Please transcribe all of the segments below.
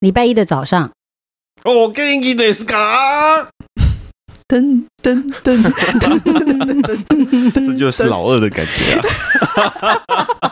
礼拜一的早上。 お元気ですか？ 噔噔噔噔噔噔， 这就是老二的感觉啊。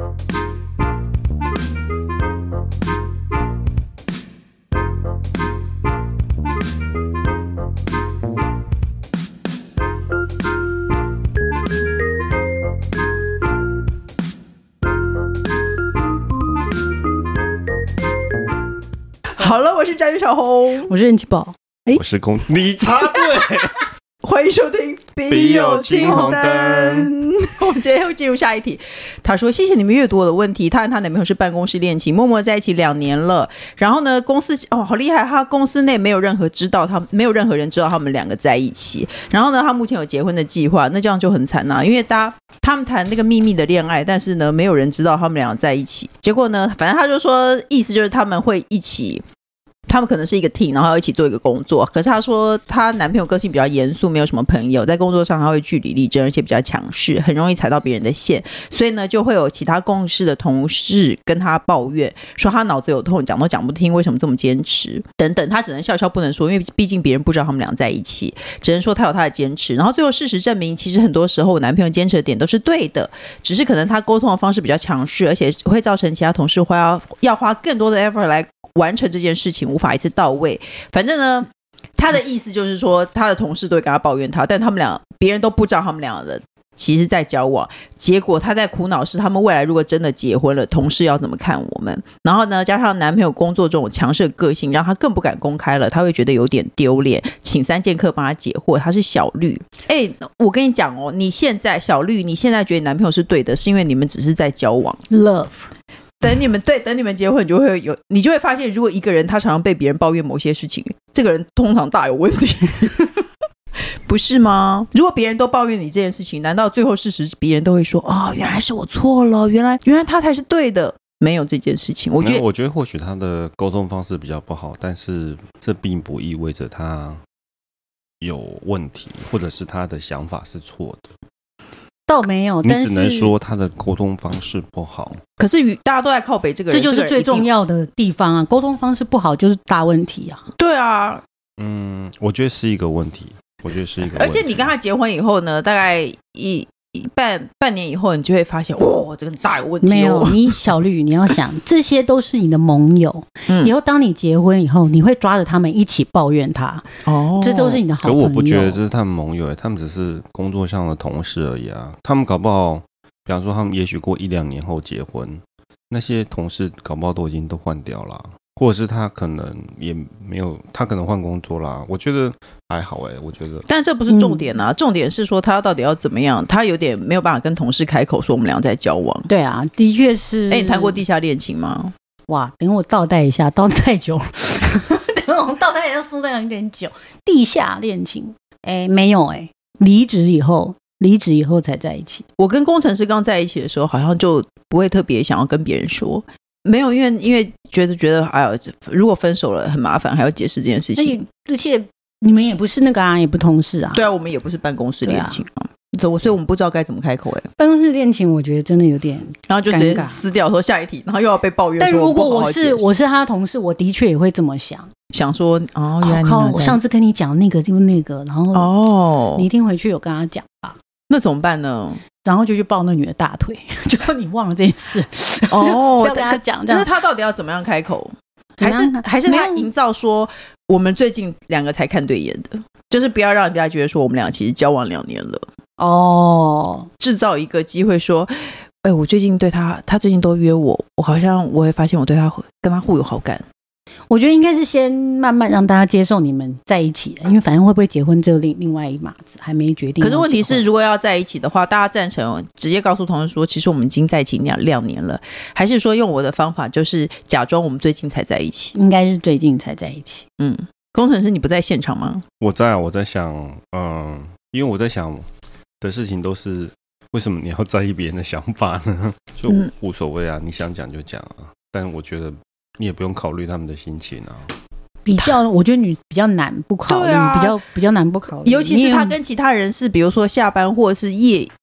好了，我是宅女小红， 我是任奇宝。 我是公，你插队。 欢迎收听《笔友青红灯》。我们今天会进入下一题。他说：“谢谢你们阅读我的问题。他和他男朋友是办公室恋情，默默在一起2年了。然后呢，公司好厉害，他公司内没有任何人知道他们两个在一起。然后呢，他目前有结婚的计划，那这样就很惨啊，因为他们谈那个秘密的恋爱，但是呢，没有人知道他们两个在一起。结果呢，反正他就说，意思就是他们会一起。”他们可能是一个 team， 然后要一起做一个工作。可是她说，她男朋友个性比较严肃，没有什么朋友，在工作上他会据理力争，而且比较强势，很容易踩到别人的线。所以呢，就会有其他共事的同事跟他抱怨，说他脑子有痛，讲都讲不听，为什么这么坚持？等等，他只能笑笑不能说，因为毕竟别人不知道他们俩在一起，只能说他有他的坚持。然后最后事实证明，其实很多时候我男朋友坚持的点都是对的，只是可能他沟通的方式比较强势，而且会造成其他同事要花更多的 effort 来完成这件事情，无法一次到位。反正呢，他的意思就是说，他的同事都会跟他抱怨他，但他们俩别人都不知道他们俩的其实在交往。结果他在苦恼是，他们未来如果真的结婚了，同事要怎么看我们？然后呢，加上男朋友工作这种强势的个性，让他更不敢公开了，他会觉得有点丢脸。请3剑客帮他解惑，他是小绿。我跟你讲哦，你现在小绿，你现在觉得你男朋友是对的，是因为你们只是在交往 ，love。 等你们结婚，你就会发现，如果一个人他常常被别人抱怨某些事情，这个人通常大有问题，不是吗？如果别人都抱怨你这件事情，难道最后事实别人都会说原来是我错了，原来他才是对的？没有这件事情。我觉得或许他的沟通方式比较不好，但是这并不意味着他有问题，或者是他的想法是错的。 倒没有，但是你只能说他的沟通方式不好。 可是大家都在靠北这个人， 这就是最重要的地方啊！沟通方式不好就是大问题啊。 对啊， 我觉得是一个问题。 而且你跟他结婚以后呢，大概半年以后，你就会发现，这个大有问题。 没有，你小绿，你要想，这些都是你的盟友。以后当你结婚以后，你会抓着他们一起抱怨他。这都是你的好朋友。 可我不觉得这是他们盟友，他们只是工作上的同事而已啊。他们搞不好，比方说他们也许过1-2年后结婚，那些同事搞不好都已经换掉了。或者是他可能也没有，他可能换工作啦。我觉得还好我觉得。但这不是重点啊，重点是说他到底要怎么样？他有点没有办法跟同事开口说我们俩在交往。 对啊，的确是。 你谈过地下恋情吗？ 哇，等我倒带一下，倒太久，等我倒带一下，输带有点久。地下恋情，没有离职以后才在一起。 我跟工程师刚在一起的时候，好像就不会特别想要跟别人说。没有，因为觉得如果分手了很麻烦，还要解释这件事情。 而且你们也不是那个也不同事啊。 对啊，我们也不是办公室恋情啊，所以我们不知道该怎么开口。 办公室恋情，我觉得真的有点， 然后就直接撕掉说下一题，然后又要被抱怨。 但如果我是他的同事，我的确也会这么想说原来我上次跟你讲那个就那个，然后你一定回去有跟他讲吧？ 那怎么办呢？ 然后就去抱那女的大腿，就你忘了这件事不要跟他讲。 但是他到底要怎么样开口？还是他营造说我们最近2个才看对眼的，就是不要让人家觉得说我们俩其实交往2年了。制造一个机会说，我最近对他最近都约我好像我会发现我对他跟他互有好感。 我觉得应该是先慢慢让大家接受你们在一起，因为反正会不会结婚这另外一码子还没决定。 可是问题是，如果要在一起的话，大家赞成直接告诉同事说，其实我们已经在一起2年了，还是说用我的方法，就是假装我们最近才在一起？ 应该是最近才在一起。 工程师，你不在现场吗？ 我在想，因为我在想的事情都是为什么你要在意别人的想法呢？就无所谓啊，你想讲就讲啊。但我觉得你也不用考虑他们的心情啊。 我觉得你比较难不考虑，比较难不考虑。 尤其是他跟其他人是，比如说下班或者是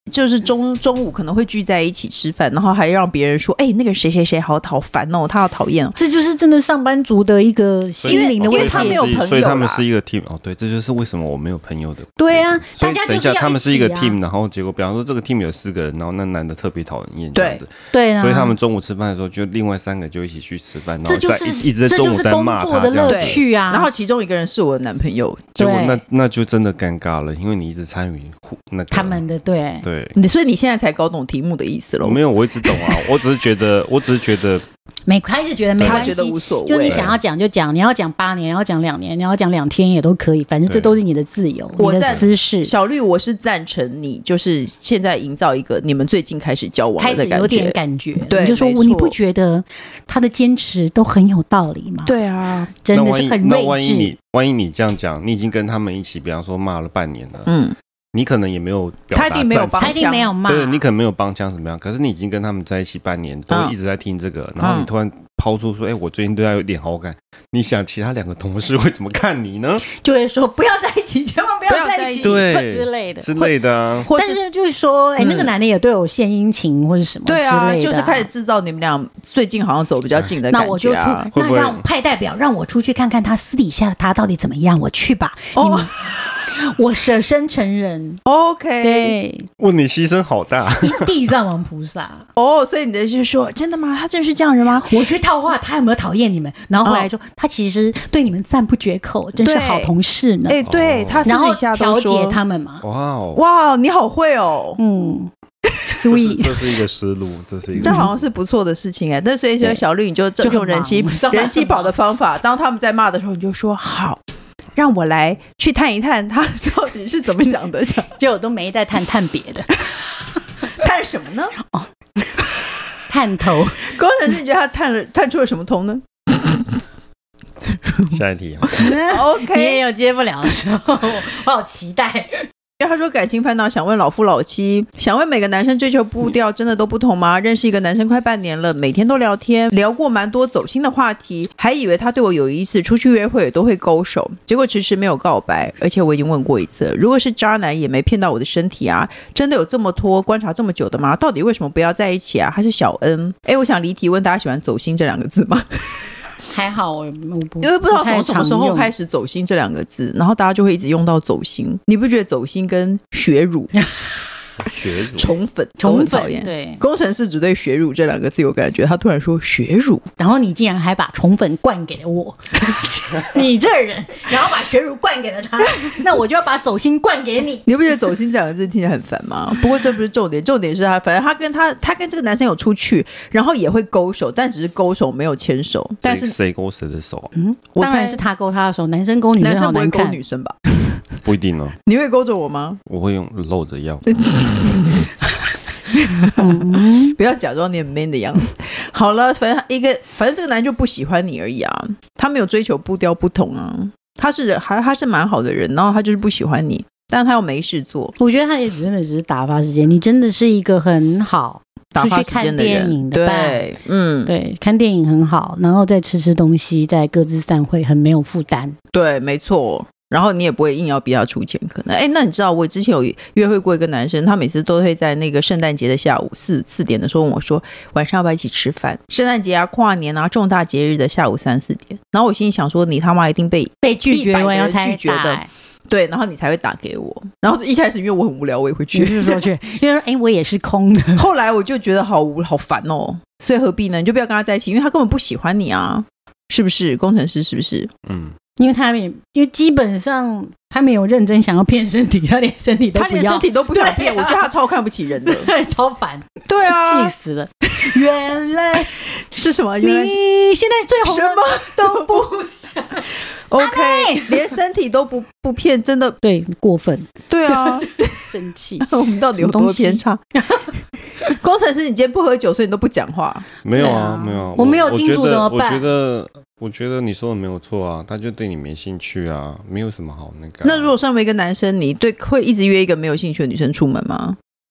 就是中午可能会聚在一起吃饭，然后还让别人说，那个谁谁谁好烦哦，他好讨厌哦。 这就是真的上班族的一个心灵的问题， 因为他没有朋友啦， 所以他们是一个 team 哦。对，这就是为什么我没有朋友的。 对啊， 所以等一下大家就是要他们是一个起啊 team，然后结果比方说这个 team 有4个人，然后那男的特别讨厌这样子， 对啊， 所以他们中午吃饭的时候，就另外3个就一起去吃饭，然后在这就是一直在中午在骂他这样子。 趣啊。 然后其中一个人是我的男朋友， 结果那就真的尴尬了，因为你一直参与那个他们的对， 所以你现在才搞懂题目的意思了。 没有，我一直懂啊，我只是觉得他一直觉得没关系， 他觉得无所谓， 就你想要讲就讲，你要讲8年，你要讲2年，你要讲2天也都可以，反正这都是你的自由，你的私事。 小绿，我是赞成你，就是现在营造一个你们最近开始交往的感觉， 开始有点感觉， 对， 你就说你不觉得他的坚持都很有道理吗？ 对啊， 真的是很睿智。 万一你这样讲，你已经跟他们一起，比方说骂了半年了，你可能也没有表达， 他一定没有帮腔， 他一定没有骂， 对，你可能没有帮腔怎么样？可是你已经跟他们在一起半年，都一直在听这个，然后你突然抛出说，我最近对他有点好感，你想其他2个同事会怎么看你呢？ 就会说不要在一起，千万不要在一起， 对之类的啊。 但是就是说，那个男的也对我献殷勤或者什么之类的， 对啊，就是开始制造你们俩最近好像走比较近的感觉。 那我就那让派代表让我出去看看他私底下他到底怎么样，我去吧。我舍身成仁 ，OK， 对， 问你牺牲好大， 地藏王菩萨所以你的就是说，真的吗？他真的是这样人吗？ 我去套话，他有没有讨厌你们？然后回来说，他其实对你们赞不绝口，真是好同事呢。 对，他私底下调解他们嘛。 哇，你好会哦 ，sweet， 这是一个思路， 这好像是不错的事情那所以说小绿你就用人气跑的方法，当他们在骂的时候，你就说好。让我来去探一探他到底是怎么想的， 结果都没在探别的， 探什么呢？ 探头。 工程师，你觉得他探出了什么头呢？ 下一题 ，OK， 你也有接不了的时候，我好期待。 他说感情烦恼，想问老夫老妻，想问每个男生追求步调真的都不同吗？认识一个男生快半年了，每天都聊天，聊过蛮多走心的话题，还以为他对我有意思，出去约会也都会勾手，结果迟迟没有告白，而且我已经问过一次了，如果是渣男也没骗到我的身体啊，真的有这么拖观察这么久的吗？到底为什么不要在一起啊？他是小恩。我想离题问大家喜欢走心这2个字吗？ 还好，因为不知道从什么时候开始走心这2个字，然后大家就会一直用到走心。你不觉得走心跟血乳宠粉讨厌？ 对， 工程师只对血乳这2个字有感觉，他突然说血乳， 然后你竟然还把宠粉灌给了我，你这人，然后把血乳灌给了他，那我就要把走心灌给你。 你不觉得走心这2个字听起来很烦吗？不过这不是重点，重点是反正他跟这个男生有出去，然后也会勾手，但只是勾手没有牵手。但是谁勾谁的手啊？ 当然是他勾他的手，男生勾女生好难看， 男生不会勾女生吧？ 不一定哦。 你会勾着我吗？ 我会用露着腰。 不要假装你很 man 的样子。好了，反正这个男人就不喜欢你而已啊，他没有追求步调不同啊，他是蛮好的人，然后他就是不喜欢你，但他又没事做。 我觉得他也真的只是打发时间，你真的是一个很好打发时间的人， 出去看电影的伴， 对， 对，看电影很好，然后再吃东西，再各自散会，很没有负担。 对，没错。然后你也不会硬要逼他出钱，可能那你知道我之前有约会过一个男生，他每次都会在那个圣诞节的下午4点的时候问我说，晚上要不要一起吃饭？圣诞节啊、跨年啊、重大节日的下午3、4点，然后我心里想说，你他妈一定被拒绝，我要拒绝的。对，然后你才会打给我。然后一开始因为我很无聊，我也会去， 因为说我也是空的。 后来我就觉得好烦哦，所以何必呢？你就不要跟他在一起，因为他根本不喜欢你啊，是不是？工程师是不是？ 因为基本上他没有认真想要骗身体，他连身体都不要， 他连身体都不想骗，我觉得他超看不起人的， 超烦， 对啊， 气死了。原来是什么？原来你现在最红什么都不想 OK， 连身体都不骗，真的对过分， 对啊， 生气。 我们到底有多偏差？工程师，你今天不喝酒，所以你都不讲话？ 没有啊，没有， 我没有金主怎么办？ 我觉得你说的没有错啊，他就对你没兴趣啊，没有什么好那个。 那如果身为一个男生，你会一直约一个没有兴趣的女生出门吗？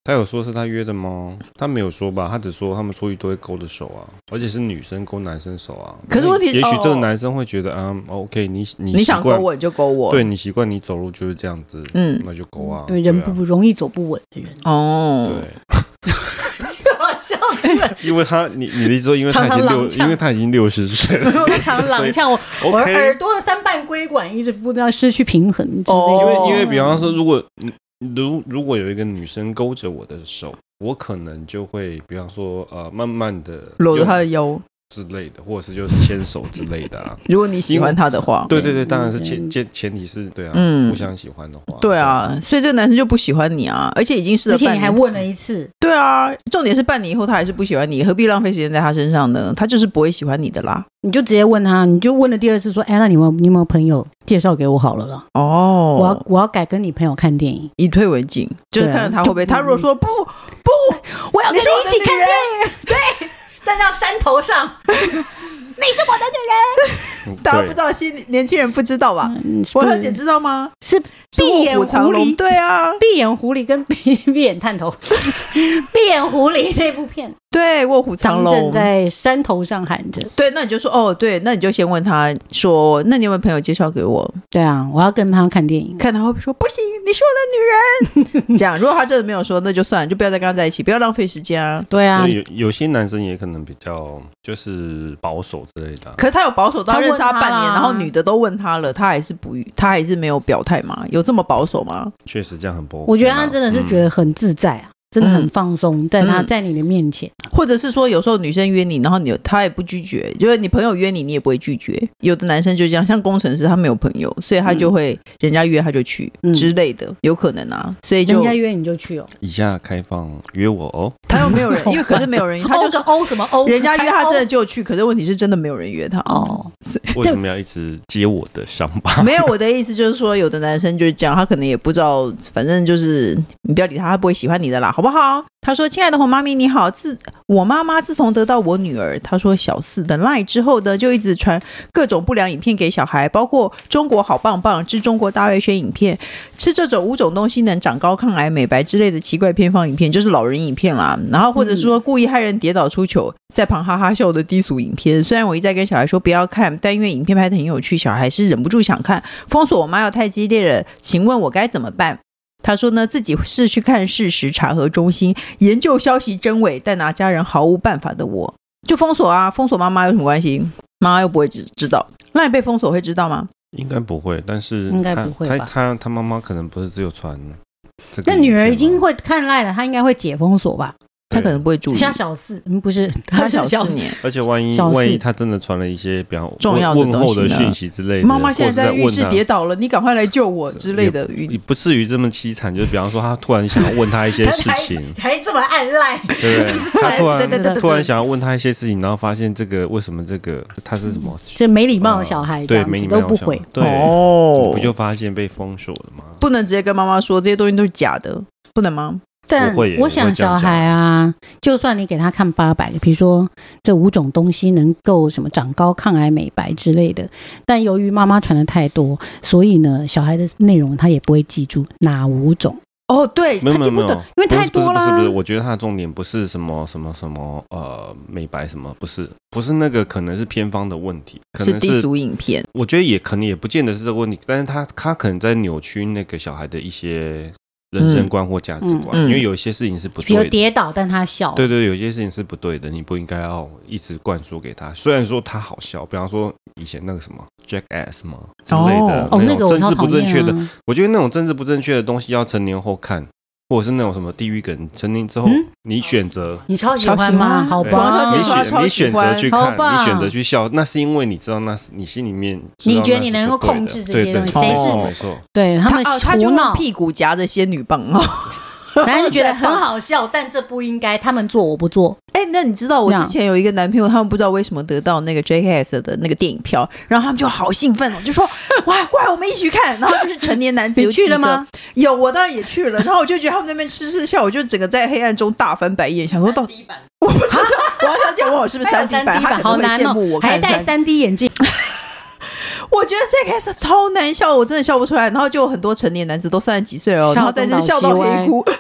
他有说是他约的吗？他没有说吧，他只说他们出去都会勾着手啊，而且是女生勾男生手啊。 可是问题， 也许这个男生会觉得OK， 你想勾我你就勾我， 对你习惯你走路就是这样子，那就勾啊。 对，人不容易走不稳的人。 对。 笑出来， 因为你的意思说，因为他已经60岁了， 他常朗呛我耳朵的3瓣规管一直不知道失去平衡之类的。 因为比方说，如果有一个女生勾着我的手，我可能就会比方说慢慢的搂着她的腰之类的，或者是就是牵手之类的啊。 如果你喜欢他的话， 对，当然是前提是对啊，互相喜欢的话， 对啊，所以这个男生就不喜欢你啊，而且已经试了半年， 而且你还问了一次， 对啊，重点是半年以后他还是不喜欢你，何必浪费时间在他身上呢？他就是不会喜欢你的啦。 你就直接问他，你就问了第2次说，那你有没有朋友介绍给我好了啦？我要改跟你朋友看电影， 以退为进，就是看看他会不会。他如果说不， 我要跟你一起看电影，对。站到山头上，你是我的女人。 大家不知道，年轻人不知道吧？我小姐知道吗？ 是闭眼狐狸， 对啊， 闭眼狐狸跟闭眼探头，闭眼狐狸那部片， 对，卧虎藏龙， 张震在山头上喊着。 对，那你就说对，那你就先问他说，那你有没有朋友介绍给我？ 对啊，我要跟他看电影， 看他会不会说不行，你是我的女人。这样，如果他真的没有说，那就算了，就不要再跟他在一起，不要浪费时间啊。 对啊， 有些男生也可能比较就是保守之类的可是他有保守到认识他半年，然后女的都问他了，他还是没有表态吗？有这么保守吗？ 确实这样很不 OK。 我觉得他真的是觉得很自在啊。真的很放松，在你的面前， 或者是说有时候女生约你，然后他也不拒绝，就是你朋友约你，你也不会拒绝。有的男生就这样，像工程师他没有朋友，所以他就会人家约他就去之类的，有可能啊。所以就人家约你就去哦。 以下开放约我哦。 他又没有人，因为可是没有人，他就是什么欧， 人家约他真的就去，可是问题是真的没有人约他哦。 为什么要一直接我的伤疤？ 没有，我的意思就是说，有的男生就是这样，他可能也不知道，反正就是你不要理他，他不会喜欢你的啦，好不好？他说：“亲爱的红妈咪，你好。我妈妈自从得到我女儿，她说小4的 LINE 之后呢，就一直传各种不良影片给小孩，包括中国好棒棒之中国大外宣影片，吃这种5种东西能长高、抗癌、美白之类的奇怪偏方影片，就是老人影片啦。然后或者说故意害人跌倒出糗，在旁哈哈笑的低俗影片。虽然我一再跟小孩说不要看，但因为影片拍得很有趣，小孩还是忍不住想看。封锁我妈要太激烈了，请问我该怎么办？”他说呢，自己是去看事实查核中心研究消息真伪，但拿家人毫无办法的我，就封锁啊，封锁妈妈有什么关系？妈妈又不会知道，那你被封锁会知道吗？ 应该不会，但是应该不会吧？ 他妈妈可能不是只有传这个， 那女儿已经会看赖了，她应该会解封锁吧？ 他可能不会注意， 像小4，不是他小4年， 而且万一他真的传了一些比较重要的问候的讯息之类的， 妈妈现在在浴室跌倒了，你赶快来救我之类的， 也不至于这么凄惨。就是比方说，他突然想要问他一些事情， 还这么按赖， 对不对？他突然想要问他一些事情，然后发现这个为什么他是什么？ 这没礼貌的小孩， 对，没礼貌都不回， 对，不就发现被封锁了吗？ 不能直接跟妈妈说这些东西都是假的，不能吗？ 但我想小孩啊，就算你给他看800个，比如说这5种东西能够什么长高、抗癌、美白之类的，但由于妈妈传的太多，所以呢，小孩的内容他也不会记住哪5种。 对， 没有，因为太多了。 不是，我觉得他的重点不是什么美白什么，不是那个，可能是偏方的问题，可能是低俗影片。 我觉得可能也不见得是这个问题，但是他可能在扭曲那个小孩的一些人生观或价值观，因为有一些事情是不对的， 比如跌倒但他笑， 对，有些事情是不对的，你不应该要一直灌输给他。虽然说他好笑，比方说以前那个什么 Jackass 嘛之类的，那种政治不正确的，我觉得那种政治不正确的东西要成年后看，或者是那种什么地狱梗，成年之后你选择， 你超喜欢吗？好吧， 你选择去看，你选择去笑，那是因为你知道那是你心里面， 你觉得你能够控制这些东西，谁是没错？ 对他们他就用屁股夹着仙女棒男人就觉得很好笑，但这不应该，他们做我不做。 那你知道我之前有一个男朋友，他们不知道为什么得到那个 JKS 的那个电影票，然后他们就好兴奋就说哇，过来我们一起去看。然后就是成年男子， 你去了吗？ 有，我当然也去了。然后我就觉得他们那边吃笑，我就整个在黑暗中大翻白眼，想说到底我不知道，我要想问我是不是3D 版，他可能会羡慕我看， 还戴3D 眼镜。 我觉得 JKS 超难笑，我真的笑不出来。然后就有很多成年男子都30几岁了，然后在这笑到黑哭。对，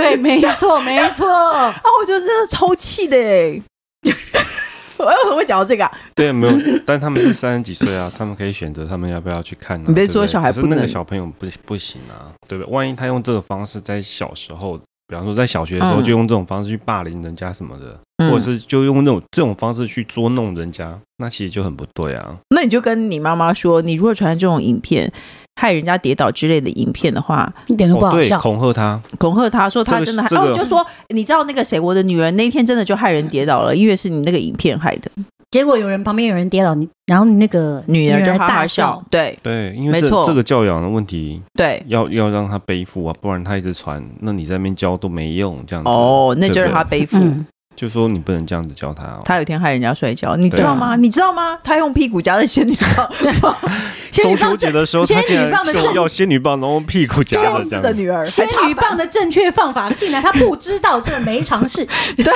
对，没错没错。 啊，我觉得真的超气的耶。我为什么会讲到这个啊？ 对，没有，但他们是30几岁啊，他们可以选择他们要不要去看啊。 你别说小孩不能， 可是那个小朋友不行啊，对不对？万一他用这个方式在小时候，比方说在小学的时候就用这种方式去霸凌人家什么的，或者是就用这种方式去捉弄人家，那其实就很不对啊。 那你就跟你妈妈说，你如果传这种影片害人家跌倒之类的影片的话， 一点都不好笑。 对，恐吓他说他真的害，就说你知道那个谁，我的女儿那一天真的就害人跌倒了，因为是你那个影片害的。 结果旁边有人跌倒，然后你那个女儿就哈哈大笑。对， 因为这个教养的问题， 对， 要让他背负啊，不然他一直传，那你在那边教都没用，这样子。 那就让他背负。 就说你不能这样子教他哦。 他有一天害人家摔跤，你知道吗？你知道吗？他用屁股夹着仙女棒。 中秋节的时候，他竟然要仙女棒，然后屁股夹着这样。 的女儿， 仙女棒的正确放法，竟然他不知道，这个没尝试。 对，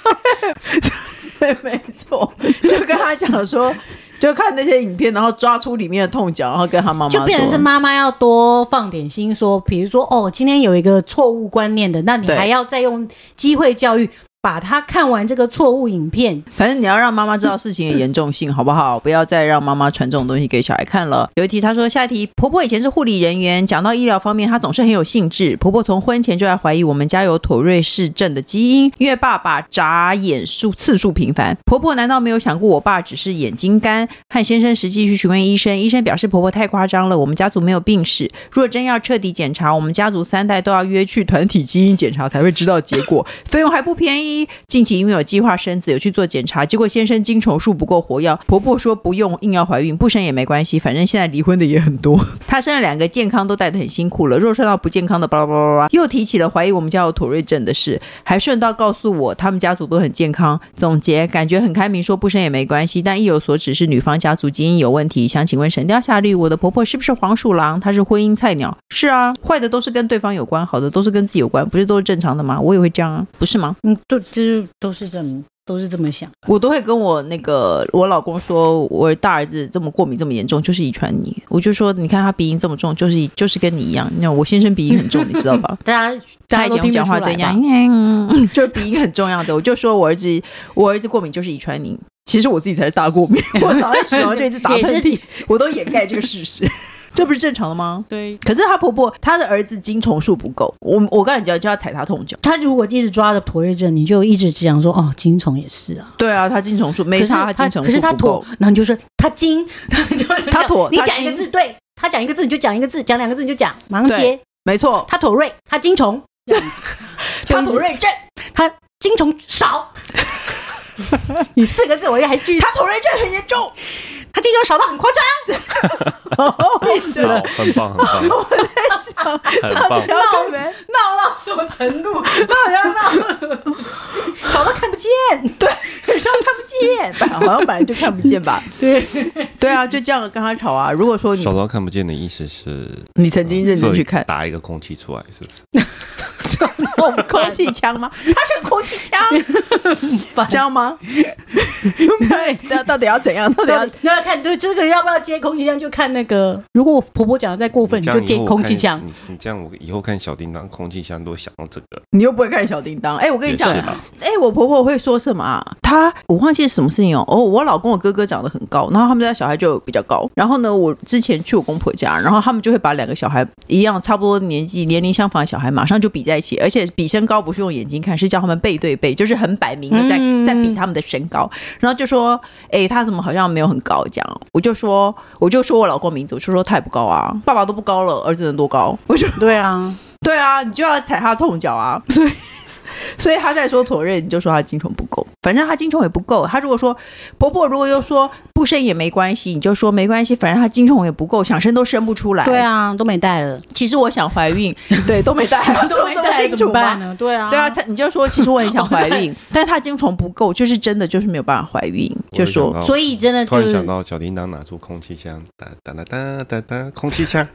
没错，就跟他讲说。就看那些影片，然后抓出里面的痛脚，然后跟他妈妈说， 就变成是妈妈要多放点心，说，比如说，今天有一个错误观念的，那你还要再用机会教育，把他看完这个错误影片。 反正你要让妈妈知道事情的严重性，好不好？不要再让妈妈传这种东西给小孩看了。有一题他说，下一题，婆婆以前是护理人员，讲到医疗方面，她总是很有兴致。婆婆从婚前就在怀疑我们家有妥瑞氏症的基因，因为爸爸眨眼次数频繁。婆婆难道没有想过我爸只是眼睛干？和先生实际去询问医生，医生表示婆婆太夸张了，我们家族没有病史。若真要彻底检查，我们家族3代都要约去团体基因检查才会知道结果，费用还不便宜。近期因为有计划生子，有去做检查，结果先生精虫数不够活跃，婆婆说不用，硬要怀孕，不生也没关系，反正现在离婚的也很多。她生了2个，健康都带得很辛苦了，若算到不健康的巴拉巴拉巴拉，又提起了怀疑我们家有妥瑞症的事，还顺道告诉我他们家族都很健康。总结感觉很开明，说不生也没关系，但意有所指是女方家族基因有问题。想请问神雕侠侣，我的婆婆是不是黄鼠狼？她是婚姻菜鸟？是啊，坏的都是跟对方有关，好的都是跟自己有关，不是都是正常的吗？我也会这样啊，不是吗？ 就是都是这么想。 我都会跟我我老公说，我大儿子这么过敏这么严重，就是遗传你。我就说，你看他鼻音这么重，就是跟你一样。那我先生鼻音很重，你知道吧？他以前我讲话对呀，就是鼻音很重要的。我就说我儿子过敏就是遗传你。其实我自己才是大过敏，我早上起床就一直打喷嚏，我都掩盖这个事实。这不是正常的吗？ 对。 可是他婆婆，她的儿子精虫数不够，我刚才讲就要踩他痛脚。 他如果一直抓着妥瑞症，你就一直讲说精虫也是啊。 对啊，他精虫数没差，他精虫数不够。可是他妥， 然后你就说他精， 他妥， 你讲一个字，对他讲一个字你就讲一个字，讲2个字你就讲，马上接。 没错， 他妥瑞，他精虫， 他妥瑞症， 他精虫少。你4个字我还继续， 他妥瑞症很严重， 他精虫少到很夸张。 很棒， 我在想， 很棒， 闹到什么程度？闹少到看不见， 对，少到看不见，好像本来就看不见吧？对啊，就这样跟他吵啊。如果说你少到看不见的意思是， 你曾经认真去看， 打一个空气出来，是不是？ 空气枪吗？他是空气枪，这样吗？对，到底要怎样？到底要看对这个要不要接空气枪，就看那个。如果我婆婆讲的再过分，你就接空气枪。 你这样，我以后看小叮当空气枪都想到这个。 你又不会看小叮当？我跟你讲，我婆婆会说什么啊？我忘记是什么事情哦。我老公我哥哥长得很高，然后他们家小孩就比较高。然后呢，我之前去我公婆家，然后他们就会把2个小孩一样差不多年龄相仿的小孩马上就比在一起，而且比身高不是用眼睛看，是叫他们背对背，就是很摆明的在比他们的身高。然后就说，他怎么好像没有很高这样？我就说我老公名字，我就说他也不高啊，爸爸都不高了，儿子能多高？我就对啊， 你就要踩他痛脚啊，所以他在说妥瑞，你就说他精虫不够，反正他精虫也不够。他如果说婆婆如果又说不生也没关系，你就说没关系，反正他精虫也不够，想生都生不出来。 对啊，都没带了。 其实我想怀孕，对，都没带， 都没带怎么办呢？对啊， 你就说其实我很想怀孕，但他精虫不够，就是真的就是没有办法怀孕，就说所以真的突然想到小叮当拿出空气枪，哒哒哒哒哒，空气枪。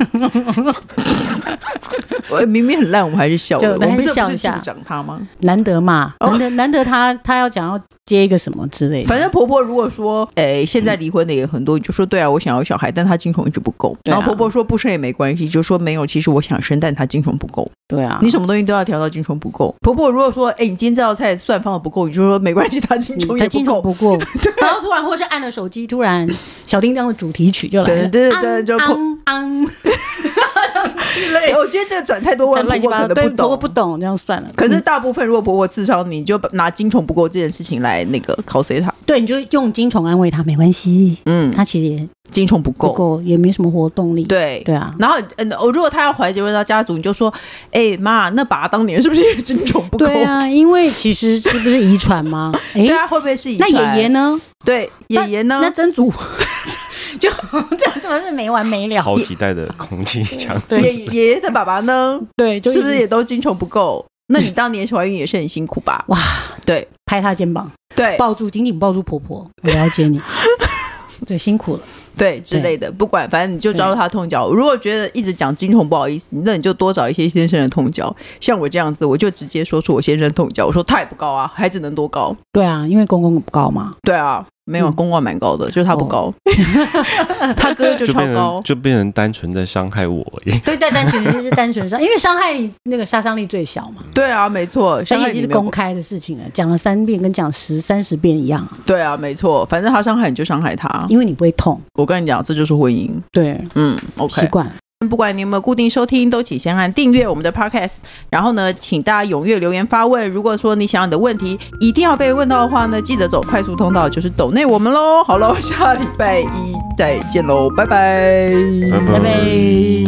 我明明很烂，我们还是笑了，我们不是助长他吗？ 难得嘛，难得他要讲要接一个什么之类的。 反正婆婆如果说，现在在离婚的也很多，你就说对啊，我想要小孩，但他精虫一直不够。然后婆婆说不生也没关系，就说没有，其实我想生，但他精虫不够。 对啊， 你什么东西都要调到精虫不够。婆婆如果说，你今天这道菜蒜放的不够，你就说没关系，他精虫也不够。 然后突然或是按了手机，突然小叮当的主题曲就来了， 对，就我觉得这个转太多问婆婆可能不懂， 婆婆不懂，这样算了。 可是大部分如果婆婆智商，你就拿精虫不够这件事情来那个考谁他。 对，你就用精虫安慰他，没关系。他其实也精虫不够， 也没什么活动力。 对啊。 然后如果他要怀回到家族，你就说，妈，那爸当年是不是也精虫不够？ 对啊，因为其实是不是遗传吗？ 对啊，会不会是遗传？ 那爷爷呢？ 对，爷爷呢？ 那曾祖。就这样，怎么是没完没了？ 好几代的空气墙。 爷爷的爸爸呢？ 对， 是不是也都精虫不够？那你当年怀孕也是很辛苦吧？ 哇， 对， 拍他肩膀， 对， 紧紧抱住婆婆，我了解你。对，辛苦了。 对之类的，不管，反正你就抓住他痛脚。如果觉得一直讲精虫不好意思，那你就多找一些先生的痛脚。像我这样子，我就直接说出我先生痛脚，我说他也不高啊，孩子能多高？ 对啊，因为公公不高嘛。 对啊，没有，公公蛮高的，就是他不高，他哥就超高， 就变成单纯在伤害我而已。 对，单纯就是单纯伤，因为伤害那个杀伤力最小嘛。 对啊，没错， 而且已经是公开的事情了，讲了3遍跟讲30遍一样。 对啊，没错，反正他伤害你就伤害他， 因为你不会痛。 我跟你讲，这就是婚姻。 对 ，OK， 习惯。 不管你有没有固定收听，都请先按订阅我们的 podcast。然后呢，请大家踊跃留言发问。如果说你想要你的问题一定要被问到的话呢，记得走快速通道，就是抖内我们咯。好咯，下礼拜一再见咯，拜拜， 拜拜。